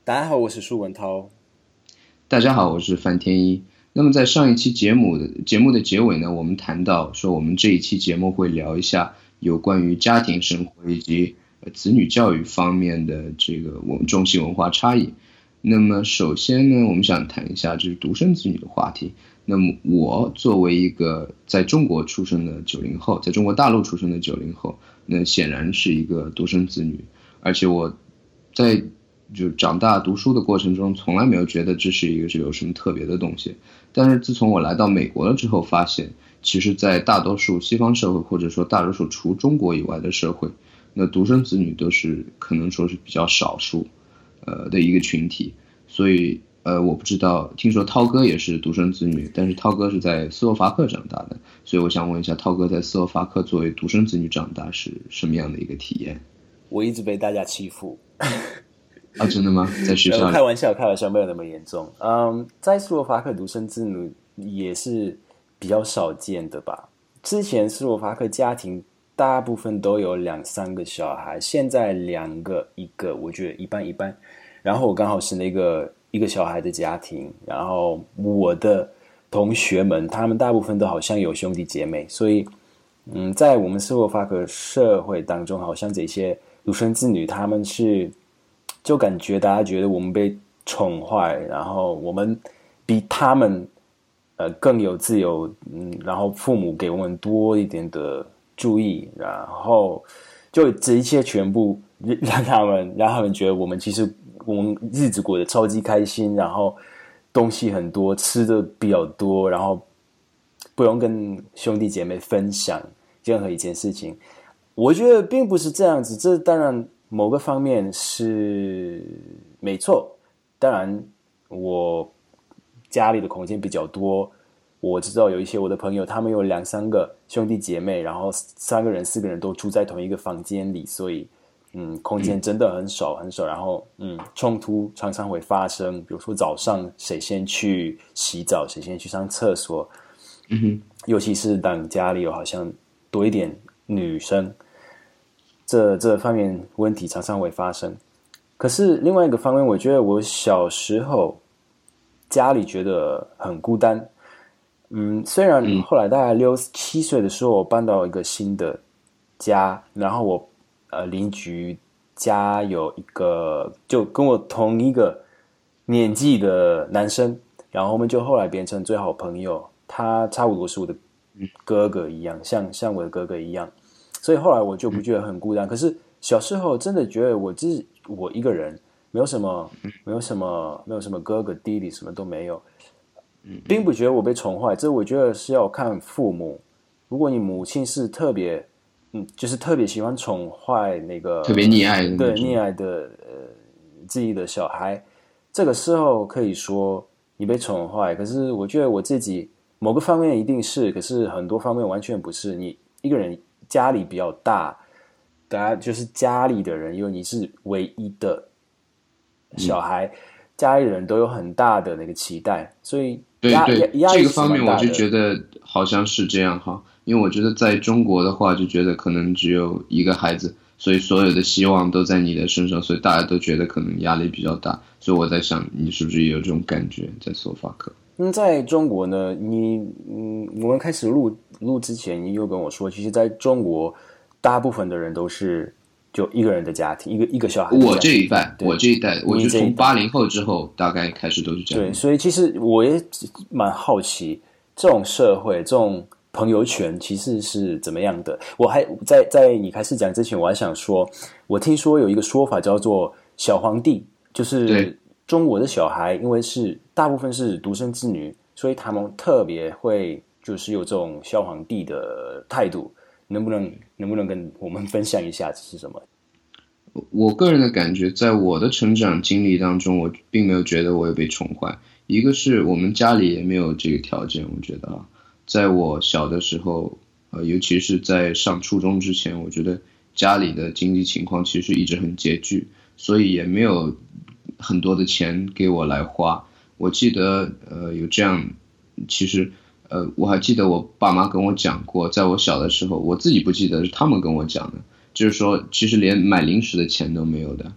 大家好，我是舒文涛。 大家好，我是范天一。那么在上一期节目的结尾呢，我们谈到说，我们这一期节目会聊一下有关于家庭生活以及子女教育方面的这个我们中西文化差异。那么首先呢，我们想谈一下就是独生子女的话题。那么我作为一个在中国出生的90后，在中国大陆出生的90后，那显然是一个独生子女，而且我在就长大读书的过程中，从来没有觉得这是有什么特别的东西。但是自从我来到美国了之后，发现其实在大多数西方社会，或者说大多数除中国以外的社会，那独生子女都是可能说是比较少数的一个群体。所以我不知道，听说涛哥也是独生子女，但是涛哥是在斯洛伐克长大的，所以我想问一下，涛哥在斯洛伐克作为独生子女长大是什么样的一个体验？ 我一直被大家欺负。 啊，真的吗？在学校里？ 开玩笑，开玩笑，没有那么严重。在斯洛伐克独生子女也是比较少见的吧。之前斯洛伐克家庭大部分都有2-3个小孩，现在2个1个，我觉得一般一般。然后我刚好是那个一个小孩的家庭，然后我的同学们他们大部分都好像有兄弟姐妹，所以在我们斯洛伐克社会当中，好像这些独生子女他们是就感觉大家觉得我们被宠坏，然后我们比他们更有自由，然后父母给我们多一点的注意，然后就这一切全部让他们觉得我们其实我们日子过得超级开心，然后东西很多，吃的比较多，然后不用跟兄弟姐妹分享任何一件事情。我觉得并不是这样子，这当然某个方面是没错，当然我家里的空间比较多，我知道有一些我的朋友他们有2-3个兄弟姐妹，然后3个人4个人都住在同一个房间里，所以空间真的很少很少，然后冲突常常会发生，比如说早上谁先去洗澡，谁先去上厕所，尤其是当家里有好像多一点女生，这方面问题常常会发生。可是另外一个方面，我觉得我小时候家里觉得很孤单。虽然后来大概6-7岁的时候，我搬到一个新的家，然后我邻居家有一个就跟我同一个年纪的男生，然后我们就后来变成最好朋友。他差不多是我的哥哥一样，像我的哥哥一样，所以后来我就不觉得很孤单。可是小时候真的觉得我一个人，没有什么哥哥弟弟，什么都没有，并不觉得我被宠坏。这我觉得是要看父母。如果你母亲是特别，就是特别喜欢宠坏那个特别溺爱的那种， 对溺爱的自己的小孩，这个时候可以说你被宠坏。可是我觉得我自己某个方面一定是，可是很多方面完全不是。你一个人家里比较大，大家就是家里的人，因为你是唯一的小孩，家里人都有很大的那个期待，所以对，这个方面我就得觉得好像是这样哈。因为我觉得在中国的话，就觉得可能只有一个孩子，所以所有的希望都在你的身上，所以大家都觉得可能压力比较大。所以我在想，你是不是也有这种感觉在斯洛伐克？ 在中国呢，我们开始录之前，你又跟我说，其实在中国，大部分的人都是就一个人的家庭，一个小孩。 我这一代，我就从80后之后，大概开始都是这样。 对，所以其实我也蛮好奇，这种社会，这种朋友圈其实是怎么样的。我还在你开始讲之前，我还想说，我听说有一个说法叫做小皇帝，就是中国的小孩，因为是大部分是独生子女，所以他们特别会就是有这种小皇帝的态度。能不能跟我们分享一下这是什么？ 我个人的感觉，在我的成长经历当中，我并没有觉得我有被宠坏。一个是我们家里也没有这个条件，我觉得在我小的时候，尤其是在上初中之前，我觉得家里的经济情况其实一直很拮据，所以也没有很多的钱给我来花。我记得有这样，其实我还记得我爸妈跟我讲过，在我小的时候，我自己不记得，是他们跟我讲的，就是说其实连买零食的钱都没有的。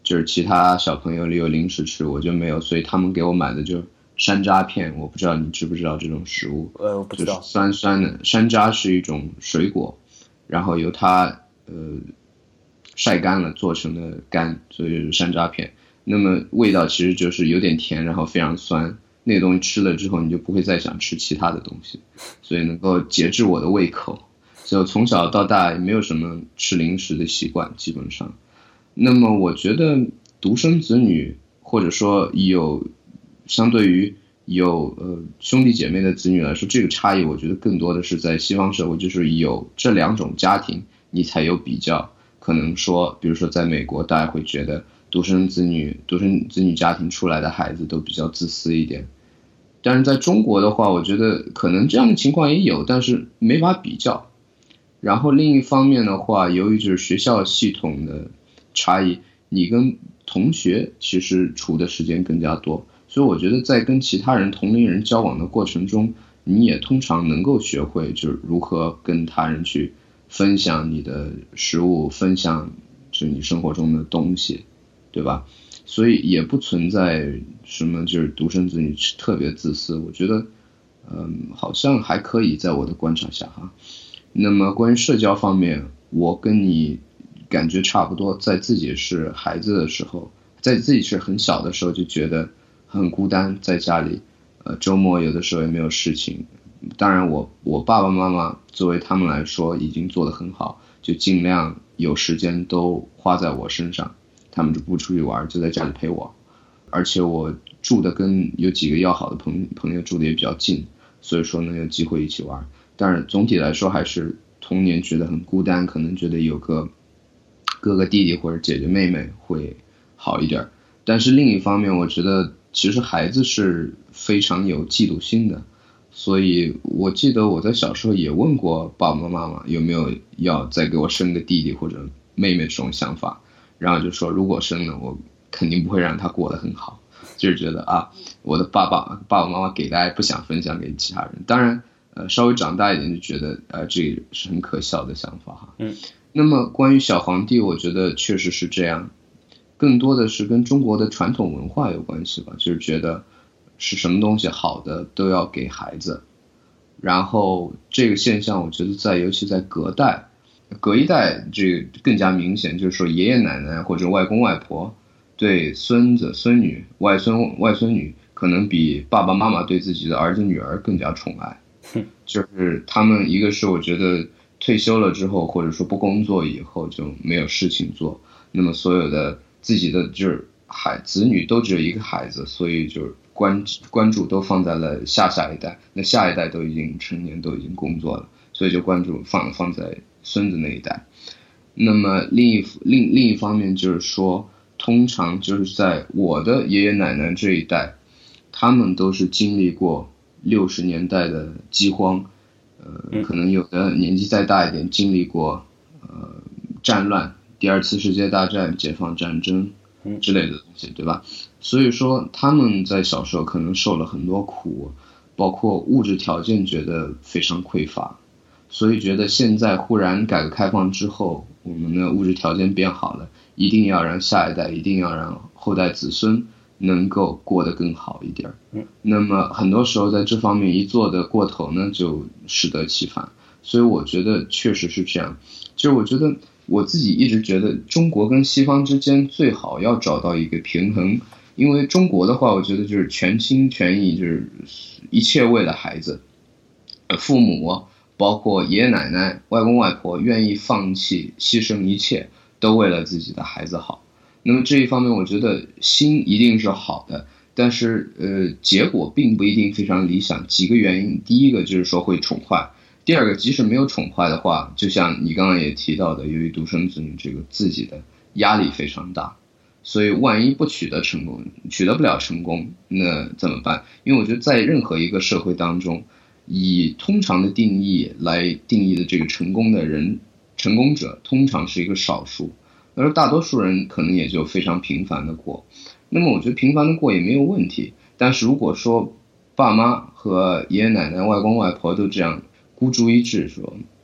就是其他小朋友里有零食吃，我就没有，所以他们给我买的就是山楂片，我不知道你知不知道这种食物？ 我不知道。 就是酸酸的，山楂是一种水果，然后由它晒干了做成的干，所以就是山楂片。那么味道其实就是有点甜，然后非常酸。那个东西吃了之后，你就不会再想吃其他的东西，所以能够节制我的胃口。所以我从小到大也没有什么吃零食的习惯，基本上。那么我觉得独生子女或者说相对于有兄弟姐妹的子女来说，这个差异我觉得更多的是在西方社会，就是有这两种家庭你才有比较。可能说比如说在美国，大家会觉得独生子女家庭出来的孩子都比较自私一点，但是在中国的话，我觉得可能这样的情况也有，但是没法比较。然后另一方面的话，由于就是学校系统的差异，你跟同学其实处的时间更加多，所以我觉得在跟其他人同龄人交往的过程中，你也通常能够学会就是如何跟他人去分享你的食物，分享就你生活中的东西，对吧？所以也不存在什么就是独生子女特别自私，我觉得好像还可以，在我的观察下哈。那么关于社交方面，我跟你感觉差不多，在自己是孩子的时候，在自己是很小的时候就觉得很孤单，在家里周末有的时候也没有事情。当然我爸爸妈妈作为他们来说已经做得很好，就尽量有时间都花在我身上，他们就不出去玩，就在家里陪我。而且我住的跟有几个要好的朋友住的也比较近，所以说呢有机会一起玩。但是总体来说还是童年觉得很孤单，可能觉得有个哥哥弟弟或者姐姐妹妹会好一点。但是另一方面，我觉得其实孩子是非常有嫉妒心的，所以我记得我在小时候也问过爸爸妈妈有没有要再给我生个弟弟或者妹妹这种想法，然后就说如果生了，我肯定不会让他过得很好，就是觉得我的爸爸妈妈给的爱不想分享给其他人。当然稍微长大一点就觉得这是很可笑的想法哈。那么关于小皇帝，我觉得确实是这样，更多的是跟中国的传统文化有关系吧，就是觉得是什么东西好的都要给孩子。然后这个现象我觉得尤其在隔一代这个更加明显，就是说爷爷奶奶或者外公外婆对孙子孙女外孙女可能比爸爸妈妈对自己的儿子女儿更加宠爱。就是他们一个是我觉得退休了之后，或者说不工作以后就没有事情做，那么所有的自己的就是子女都只有一个孩子，所以就是关注都放在了下一代，那下一代都已经成年，都已经工作了，所以就关注放在孙子那一代。那么另一方面就是说，通常就是在我的爷爷奶奶这一代，他们都是经历过60年代的饥荒，可能有的年纪再大一点经历过战乱，第二次世界大战、解放战争之类的东西，对吧？所以说他们在小时候可能受了很多苦，包括物质条件觉得非常匮乏，所以觉得现在忽然改革开放之后，我们的物质条件变好了，一定要让下一代，一定要让后代子孙能够过得更好一点。那么很多时候在这方面一做的过头呢，就适得其反。所以我觉得确实是这样，就是我觉得我自己一直觉得中国跟西方之间最好要找到一个平衡。因为中国的话，我觉得就是全心全意，就是一切为了孩子，父母包括爷爷奶奶、外公外婆愿意放弃、牺牲一切，都为了自己的孩子好。那么这一方面，我觉得心一定是好的，但是结果并不一定非常理想。几个原因，第一个就是说会宠坏，第二个即使没有宠坏的话，就像你刚刚也提到的，由于独生子女这个自己的压力非常大。所以万一不取得不了成功，那怎么办？因为我觉得在任何一个社会当中，以通常的定义来定义的这个成功者通常是一个少数，而大多数人可能也就非常平凡的过。那么我觉得平凡的过也没有问题，但是如果说爸妈和爷爷奶奶、外公外婆都这样孤注一掷，说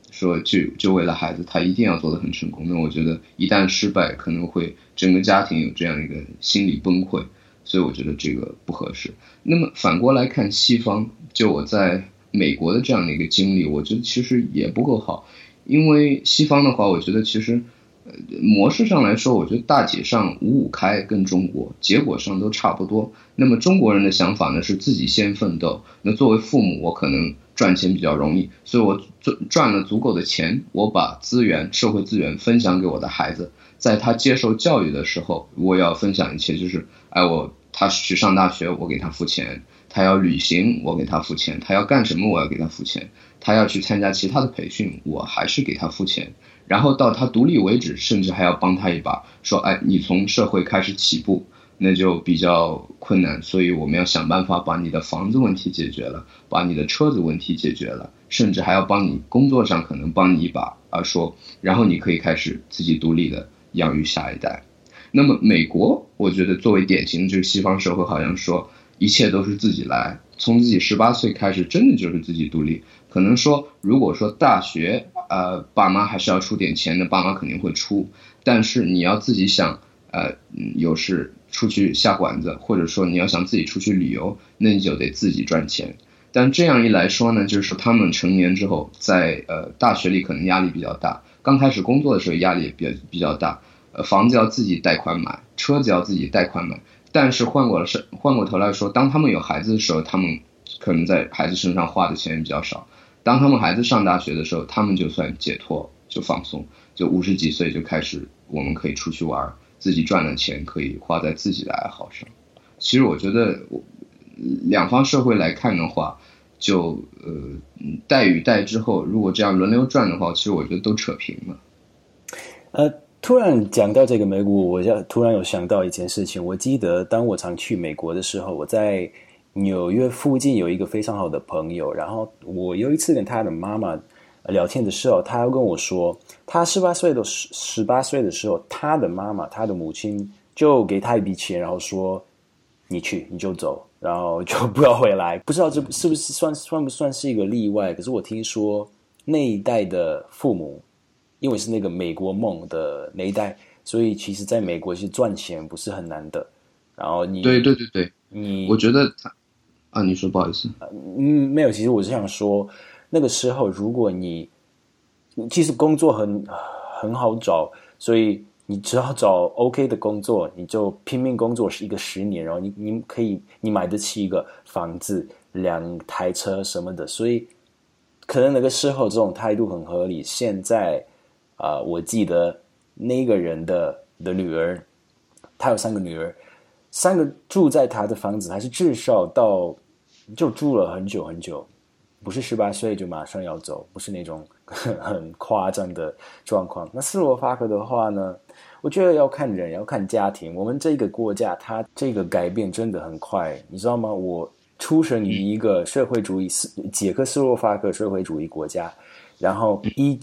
说就为了孩子，他一定要做得很成功。那我觉得一旦失败，可能会整个家庭有这样一个心理崩溃，所以我觉得这个不合适。那么反过来看西方，就我在美国的这样的一个经历，我觉得其实也不够好，因为西方的话，我觉得其实模式上来说，我觉得大体上五五开跟中国结果上都差不多。那么中国人的想法呢是自己先奋斗，那作为父母，我可能赚钱比较容易，所以我赚了足够的钱，我把社会资源分享给我的孩子，在他接受教育的时候，我要分享一切，就是他去上大学，我给他付钱；他要旅行，我给他付钱；他要干什么，我要给他付钱；他要去参加其他的培训，我还是给他付钱。然后到他独立为止，甚至还要帮他一把，说，你从社会开始起步，那就比较困难，所以我们要想办法把你的房子问题解决了，把你的车子问题解决了，甚至还要帮你工作上可能帮你一把，然后你可以开始自己独立的养育下一代。那么美国，我觉得作为典型的这个西方社会，好像说一切都是自己来，从自己18岁开始，真的就是自己独立。可能说，如果说大学，爸妈还是要出点钱的，爸妈肯定会出，但是你要自己想，有事出去下馆子，或者说你要想自己出去旅游，那你就得自己赚钱。但这样一来说呢，就是说他们成年之后，在大学里可能压力比较大，刚开始工作的时候压力也比较大，房子要自己贷款买，车子要自己贷款买。但是换过头来说，当他们有孩子的时候，他们可能在孩子身上花的钱也比较少。当他们孩子上大学的时候，他们就算解脱，就放松，就50几岁就开始，我们可以出去玩，自己赚的钱可以花在自己的爱好上。其实我觉得两方社会来看的话，就代与代之后，如果这样轮流转的话，其实我觉得都扯平了。 突然讲到这个美股，我突然有想到一件事情。我记得当我常去美国的时候，我在纽约附近有一个非常好的朋友，然后我有一次跟他的妈妈聊天的时候，他要跟我说，他18岁的时候，他的妈妈，他的母亲就给他一笔钱，然后说你去你就走，然后就不要回来。不知道这是不是算不算是一个例外？可是我听说那一代的父母，因为是那个美国梦的那一代，所以其实在美国是赚钱不是很难的。然后对，我觉得你说不好意思。 没有，其实我是想说，那个时候如果其实工作很好找，所以你只要找 OK 的工作，你就拼命工作10年，然后你买得起一个房子、2台车什么的，所以可能那个时候这种态度很合理。现在我记得那个人的女儿，他有3个女儿，3个住在他的房子，还是至少就住了很久很久，不是18岁就马上要走，不是那种很夸张的状况。那斯洛伐克的话呢，我觉得要看人，要看家庭。我们这个国家，它这个改变真的很快，你知道吗？我出生于一个社会主义捷克斯洛伐克社会主义国家，然后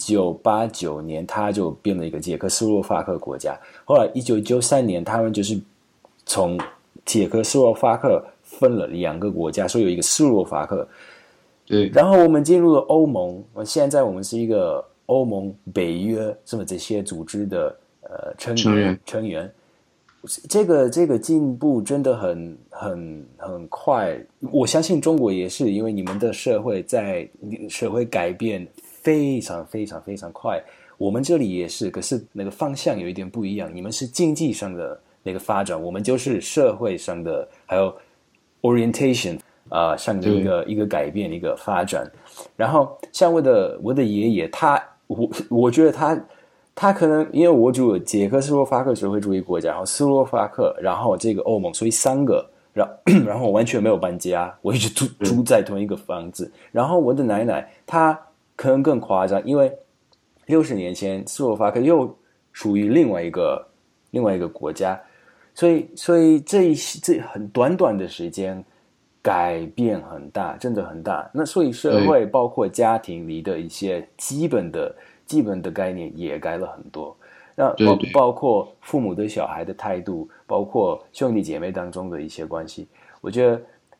1989年它就变了一个捷克斯洛伐克国家，后来1993年他们就是从捷克斯洛伐克分了2个国家，所以有一个斯洛伐克。 对， 然后我们进入了欧盟，现在我们是一个欧盟、北约什么这些组织的成员。这个进步真的很快，我相信中国也是，因为你们的社会改变非常非常非常快，我们这里也是，可是那个方向有一点不一样。你们是经济上的那个发展，我们就是社会上的，还有 orientation 上的一个改变，一个发展。然后像我的爷爷，我觉得他可能因为我住了捷克斯洛伐克社会主义国家，然后斯洛伐克，然后这个欧盟，所以3个，然后我完全没有搬家，我一直住在同一个房子。然后我的奶奶她可能更夸张，因为60年前斯洛伐克又属于另外一个国家，所以这很短的时间改变很大，真的很大。那所以社会包括家庭里的一些基本的概念也改了很多。那包括父母对小孩的态度，包括兄弟姐妹当中的一些关系。我觉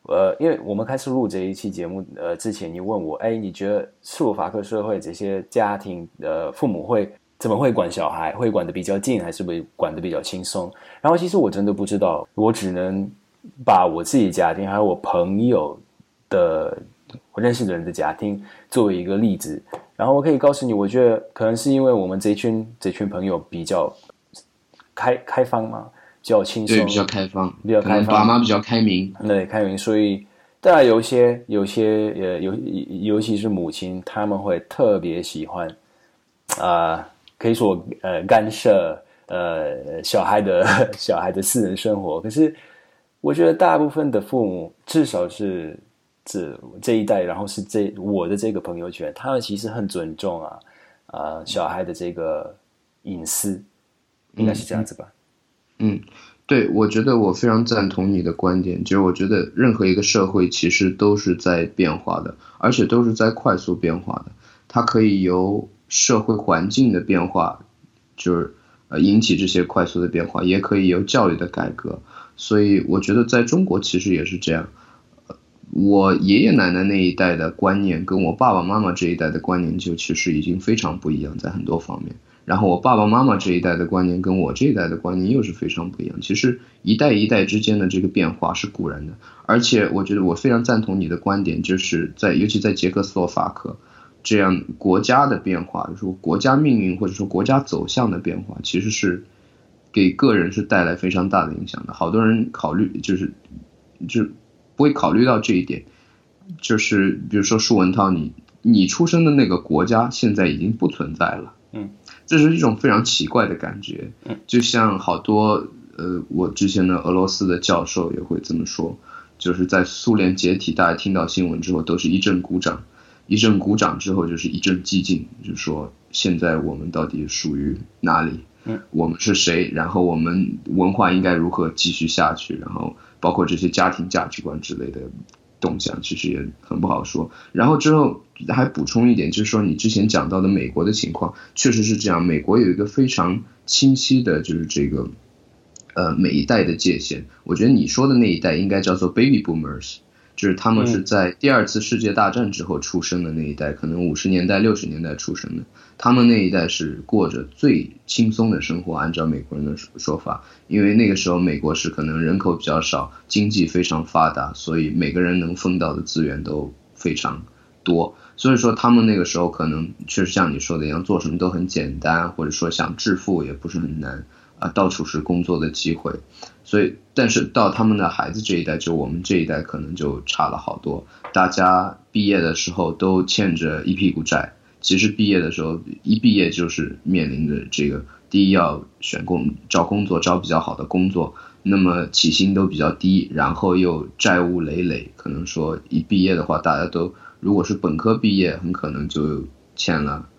因为我们开始录这一期节目之前，你问我，哎，你觉得斯洛伐克社会这些家庭父母怎么会管小孩？会管得比较近，还是会管得比较轻松？然后其实我真的不知道，我只能把我自己的家庭还有我朋友的我认识的人的家庭作为一个例子。然后我可以告诉你，我觉得可能是因为我们这群朋友比较开放嘛，比较轻松， 对，比较开放，可比较开放， 能爸妈比较开明， 对，开明，所以当然有些尤其是母亲，他们会特别喜欢可以说干涉小孩的私人生活。可是我觉得大部分的父母，至少是这一代，然后是我的这个朋友圈，他们其实很尊重小孩的这个隐私，应该是这样子吧。 对，我觉得我非常赞同你的观点，就是我觉得任何一个社会其实都是在变化的，而且都是在快速变化的。它可以由社会环境的变化，就是引起这些快速的变化，也可以由教育的改革。所以我觉得在中国其实也是这样。我爷爷奶奶那一代的观念跟我爸爸妈妈这一代的观念就其实已经非常不一样，在很多方面。然后我爸爸妈妈这一代的观念跟我这一代的观念又是非常不一样。其实一代一代之间的这个变化是固然的，而且我觉得我非常赞同你的观点，就是尤其在捷克斯洛伐克这样国家的变化，就是说国家命运或者说国家走向的变化，其实是给个人是带来非常大的影响的。好多人考虑就不会考虑到这一点，就是比如说舒文涛，你出生的那个国家现在已经不存在了，这是一种非常奇怪的感觉，就像好多我之前的俄罗斯的教授也会这么说，就是在苏联解体，大家听到新闻之后都是一阵鼓掌，一阵鼓掌之后就是一阵寂静，就是说现在我们到底属于哪里？我们是谁？然后我们文化应该如何继续下去？然后包括这些家庭价值观之类的动向，其实也很不好说。然后之后还补充一点，就是说你之前讲到的美国的情况，确实是这样。美国有一个非常清晰的，就是这个每一代的界限。我觉得你说的那一代应该叫做 baby boomers。就是他们是在第二次世界大战之后出生的那一代，可能50年代、60年代出生的。他们那一代是过着最轻松的生活，按照美国人的说法，因为那个时候美国是可能人口比较少，经济非常发达，所以每个人能分到的资源都非常多。所以说他们那个时候可能确实像你说的一样，做什么都很简单，或者说想致富也不是很难到处是工作的机会。所以但是到他们的孩子这一代，就我们这一代可能就差了好多。大家毕业的时候都欠着一屁股债，其实毕业的时候一毕业就是面临着这个，第一要找工作，找比较好的工作，那么起薪都比较低，然后又债务累累，可能说一毕业的话，大家都如果是本科毕业，很可能就欠了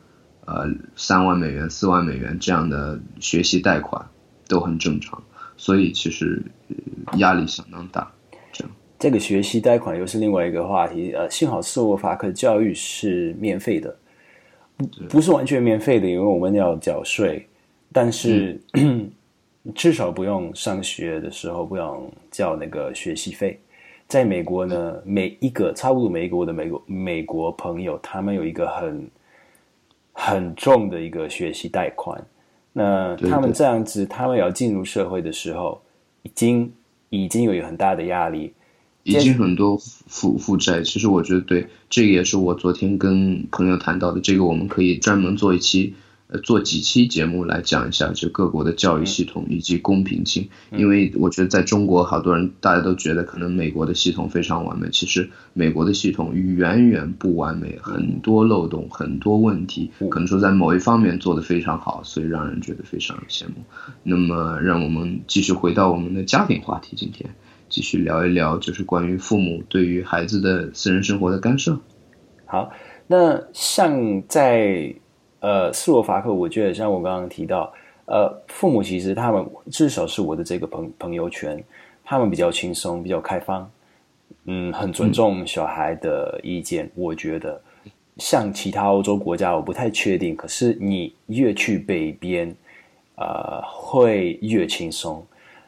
3万美元、4万美元这样的学习贷款，都很正常。所以其实压力相当大。 这个学习贷款又是另外一个话题。幸好斯洛伐克教育是免费的，不是完全免费的，因为我们要缴税，但是至少不用上学的时候不用交那个学习费。在美国呢，差不多每一个我的美国朋友，他们有一个很重的一个学习贷款。那他们这样子，他们要进入社会的时候，已经有一个很大的压力， 已经很多负债。其实我觉得对，这个也是我昨天跟朋友谈到的，这个我们可以专门做几期节目来讲一下，就各国的教育系统以及公平性。因为我觉得在中国，好多人大家都觉得可能美国的系统非常完美，其实美国的系统远远不完美，很多漏洞，很多问题，可能说在某一方面做得非常好，所以让人觉得非常羡慕。那么让我们继续回到我们的家庭话题，今天继续聊一聊就是关于父母对于孩子的私人生活的干涉。 好，那像在斯洛伐克，我觉得像我刚刚提到，父母其实他们至少是我的这个朋友圈，他们比较轻松，比较开放，很尊重小孩的意见。我觉得像其他欧洲国家，我不太确定，可是你越去北边，会越轻松。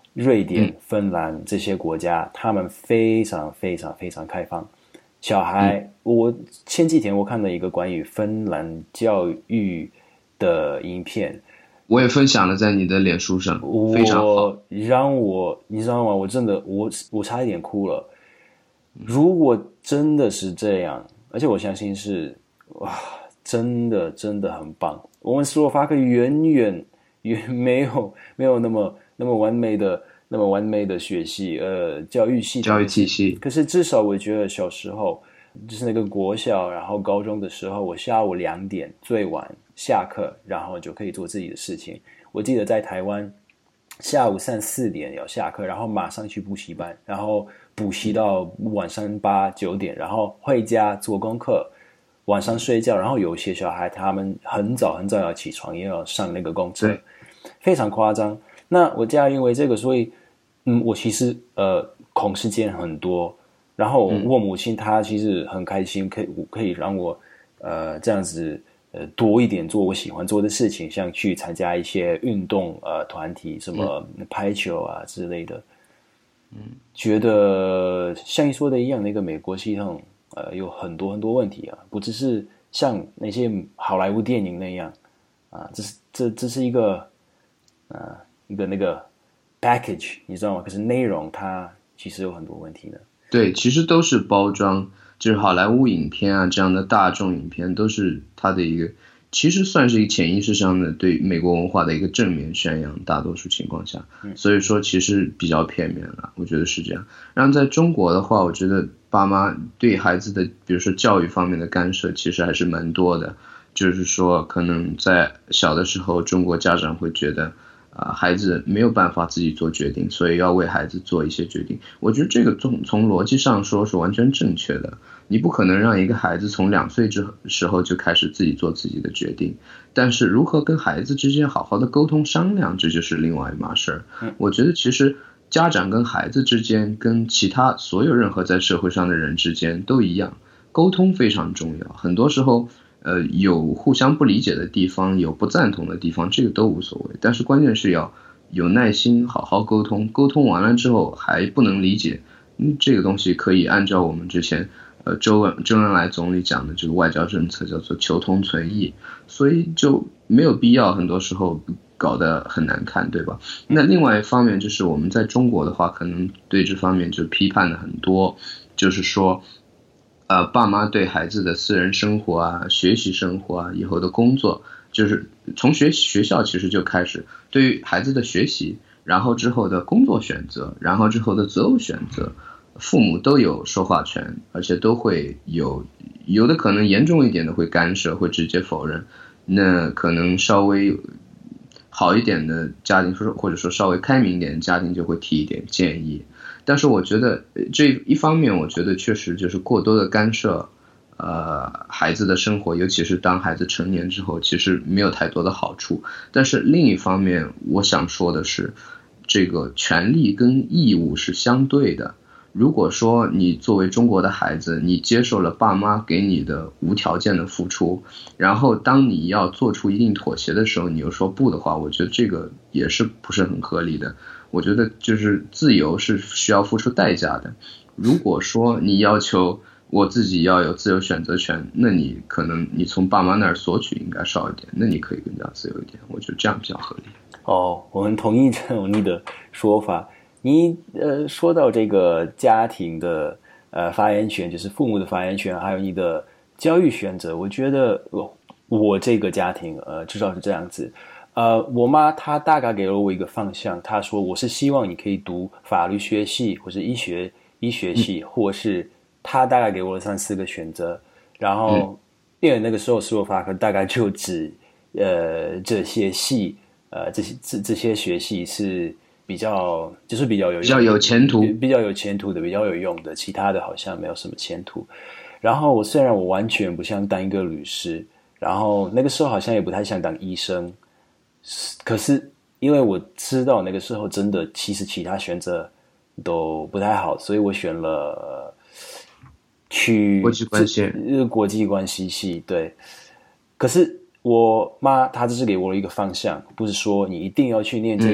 瑞典、芬兰这些国家，他们非常非常非常开放。小孩，我前几天我看了一个关于芬兰教育的影片， 我也分享了在你的脸书上，非常好。 你知道吗？我真的我差一点哭了。如果真的是这样，而且我相信是哇，真的真的很棒。我们斯洛伐克远远没有那么完美的学系教育系统教育体系， 可是至少我觉得小时候就是那个国小，然后高中的时候，我下午2点最晚下课，然后就可以做自己的事情。我记得在台湾下午3、4点要下课，然后马上去补习班，然后补习到晚上8、9点，然后回家做功课，晚上睡觉。然后有些小孩他们很早很早要起床，也要上那个公车，非常夸张。那我家因为这个，所以我其实空时间很多。然后我母亲她其实很开心，可以让我这样子多一点做我喜欢做的事情，像去参加一些运动团体，什么排球啊之类的。觉得像你说的一样，那个美国系统有很多很多问题啊，不只是像那些好莱坞电影那样啊，这是一个那个 package， 你知道吗？可是内容它其实有很多问题的。 对，其实都是包装，就是好莱坞影片啊这样的大众影片，都是它的一个，其实算是一个潜意识上的对美国文化的一个正面宣扬，大多数情况下，所以说其实比较片面了，我觉得是这样。然后在中国的话，我觉得爸妈对孩子的，比如说教育方面的干涉，其实还是蛮多的。就是说，可能在小的时候，中国家长会觉得孩子没有办法自己做决定，所以要为孩子做一些决定。我觉得这个从逻辑上说是完全正确的。你不可能让一个孩子从2岁时候就开始自己做自己的决定，但是如何跟孩子之间好好的沟通商量，这就是另外一码事儿。我觉得其实家长跟孩子之间，跟其他所有任何在社会上的人之间都一样，沟通非常重要。很多时候有互相不理解的地方，有不赞同的地方，这个都无所谓，但是关键是要有耐心好好沟通，沟通完了之后还不能理解，这个东西可以按照我们之前周恩来总理讲的这个外交政策，叫做求同存异，所以就没有必要很多时候搞得很难看，对吧？那另外一方面就是我们在中国的话，可能对这方面就批判的很多，就是说爸妈对孩子的私人生活啊、学习生活啊、以后的工作，就是从学校其实就开始，对于孩子的学习，然后之后的工作选择，然后之后的择偶选择，父母都有说话权，而且都会有的可能严重一点的会干涉，会直接否认。那可能稍微好一点的家庭，或者说稍微开明一点的家庭，就会提一点建议。但是我觉得这一方面，我觉得确实就是过多的干涉孩子的生活，尤其是当孩子成年之后，其实没有太多的好处。但是另一方面，我想说的是，这个权利跟义务是相对的。如果说你作为中国的孩子，你接受了爸妈给你的无条件的付出，然后当你要做出一定妥协的时候，你又说不的话，我觉得这个也是不是很合理的。我觉得就是自由是需要付出代价的。如果说你要求我自己要有自由选择权，那你可能你从爸妈那儿索取应该少一点，那你可以更加自由一点，我觉得这样比较合理。 我很同意这种你的说法。你说到这个家庭的发言权，就是父母的发言权，还有你的教育选择，我觉得我这个家庭至少是这样子。我妈她大概给了我一个方向，她说我是希望你可以读法律学系或是医学系，或是她大概给我了3、4个选择。然后因为那个时候斯洛伐克大概就只这些系这些学系是比较有前途，比较有前途的，比较有用的，其他的好像没有什么前途。然后虽然我完全不想当一个律师，然后那个时候好像也不太想当医生，可是因为我知道那个时候真的其实其他选择都不太好，所以我选了去国际关系系。对，可是我妈她只是给我了一个方向，不是说你一定要去念这个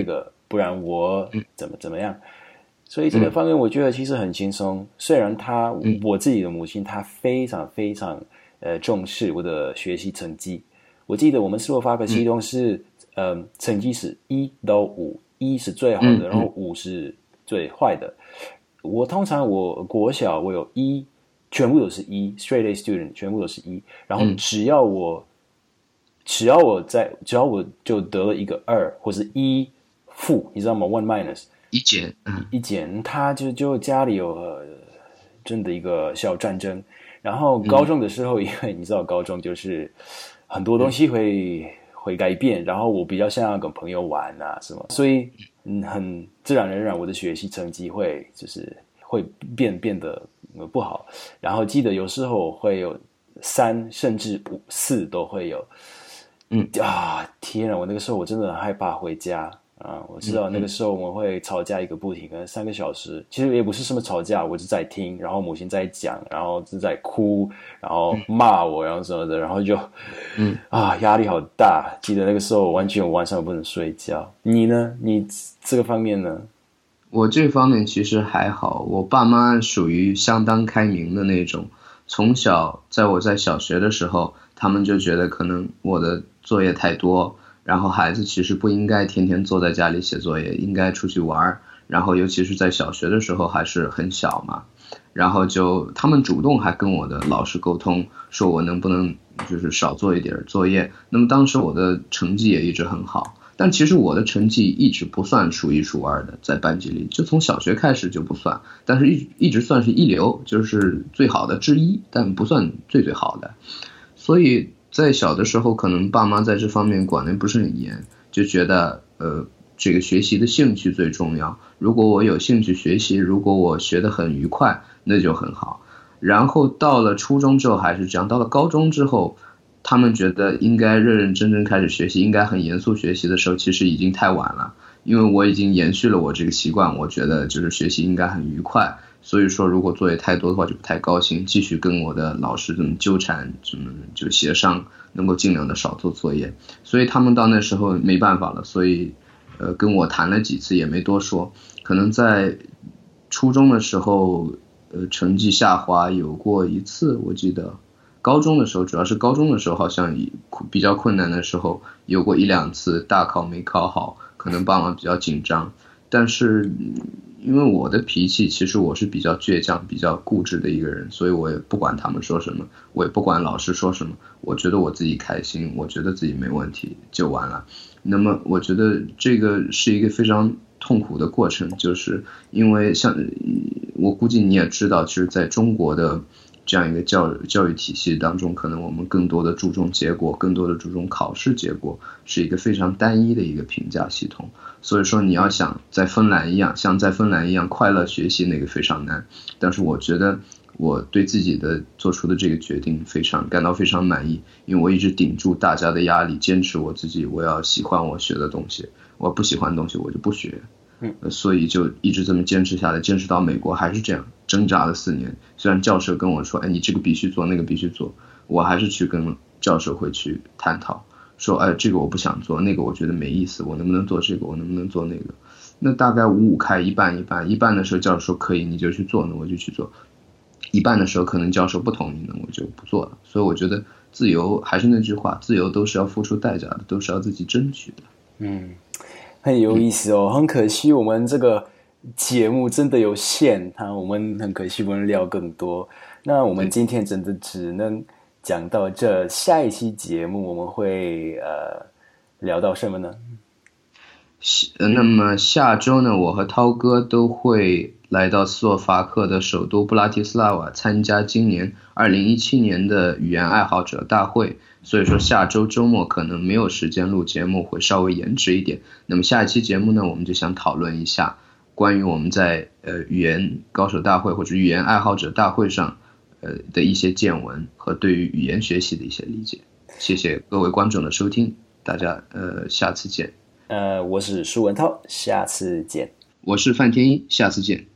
不然我怎么样。所以这个方面我觉得其实很轻松。虽然我自己的母亲她非常非常重视我的学习成绩。我记得我们斯洛伐克系统是成绩是1到5，1是最好的，然后5是最坏的。通常我国小我有1，全部都是1 ，straight A student 全部都是1。然后只要我就得了一个2或是1负，你知道吗？1 minus。一减，他就家里有真的一个小战争。然后高中的时候，因为你知道高中就是很多东西会改变，然后我比较想要跟朋友玩啊什么，所以很自然而然我的学习成绩会变得不好。然后记得有时候会有3甚至5、4都会有。天啊！我那个时候我真的很害怕回家。我知道那个时候我们会吵架一个不停，可能3个小时。其实也不是什么吵架，我是在听，然后母亲在讲，然后是在哭，然后骂我，然后什么的，然后就压力好大。记得那个时候完全晚上不能睡觉。你呢？你这个方面呢？ 我这方面其实还好，我爸妈属于相当开明的那种。从小我在小学的时候，他们就觉得可能我的作业太多，然后孩子其实不应该天天坐在家里写作业，应该出去玩。然后尤其是在小学的时候还是很小嘛，然后他们主动还跟我的老师沟通，说我能不能就是少做一点作业。那么当时我的成绩也一直很好，但其实我的成绩一直不算数一数二的，在班级里就从小学开始就不算，但是一直算是一流，就是最好的之一，但不算最好的。所以在小的时候可能爸妈在这方面管得不是很严，就觉得这个学习的兴趣最重要，如果我有兴趣学习，如果我学得很愉快，那就很好。然后到了初中之后还是这样，到了高中之后，他们觉得应该认认真真开始学习，应该很严肃学习的时候，其实已经太晚了。因为我已经延续了我这个习惯，我觉得就是学习应该很愉快，所以说如果作业太多的话就不太高兴，继续跟我的老师这么纠缠，就协商，能够尽量的少做作业。所以他们到那时候没办法了，所以跟我谈了几次也没多说。可能在初中的时候成绩下滑有过一次，我记得高中的时候，主要是高中的时候好像比较困难的时候有过1、2次大考没考好，可能爸妈比较紧张。但是因为我的脾气其实我是比较倔强比较固执的一个人，所以我也不管他们说什么，我也不管老师说什么，我觉得我自己开心，我觉得自己没问题就完了。那么我觉得这个是一个非常痛苦的过程，就是因为像我估计你也知道，其实在中国的这样一个教育体系当中，可能我们更多的注重结果，更多的注重考试结果，是一个非常单一的一个评价系统。所以说你要像在芬兰一样快乐学习，那个非常难。但是我觉得我对自己的做出的这个决定感到非常满意，因为我一直顶住大家的压力，坚持我自己，我要喜欢我学的东西，我不喜欢的东西我就不学。所以就一直这么坚持下来，坚持到美国还是这样挣扎了4年。虽然教授跟我说，你这个必须做，那个必须做，我还是去跟教授会去探讨，说这个我不想做，那个我觉得没意思，我能不能做这个，我能不能做那个。那大概5-5开，一半的时候教授说可以你就去做，那我就去做，一半的时候可能教授不同意，那我就不做了。所以我觉得自由还是那句话，自由都是要付出代价的，都是要自己争取的。 很有意思哦。很可惜我们这个节目真的有限，我们很可惜不能聊更多。那我们今天真的只能讲到这，下一期节目我们会聊到什么呢？ 那么下周呢，我和涛哥都会来到斯洛伐克的首都布拉提斯拉瓦参加今年2017年的语言爱好者大会，所以说下周周末可能没有时间录节目，会稍微延迟一点。那么下一期节目呢，我们就想讨论一下关于我们在语言高手大会或者语言爱好者大会上的一些见闻和对于语言学习的一些理解。谢谢各位观众的收听，大家下次见。 我是舒文涛，下次见。 我是范天一，下次见。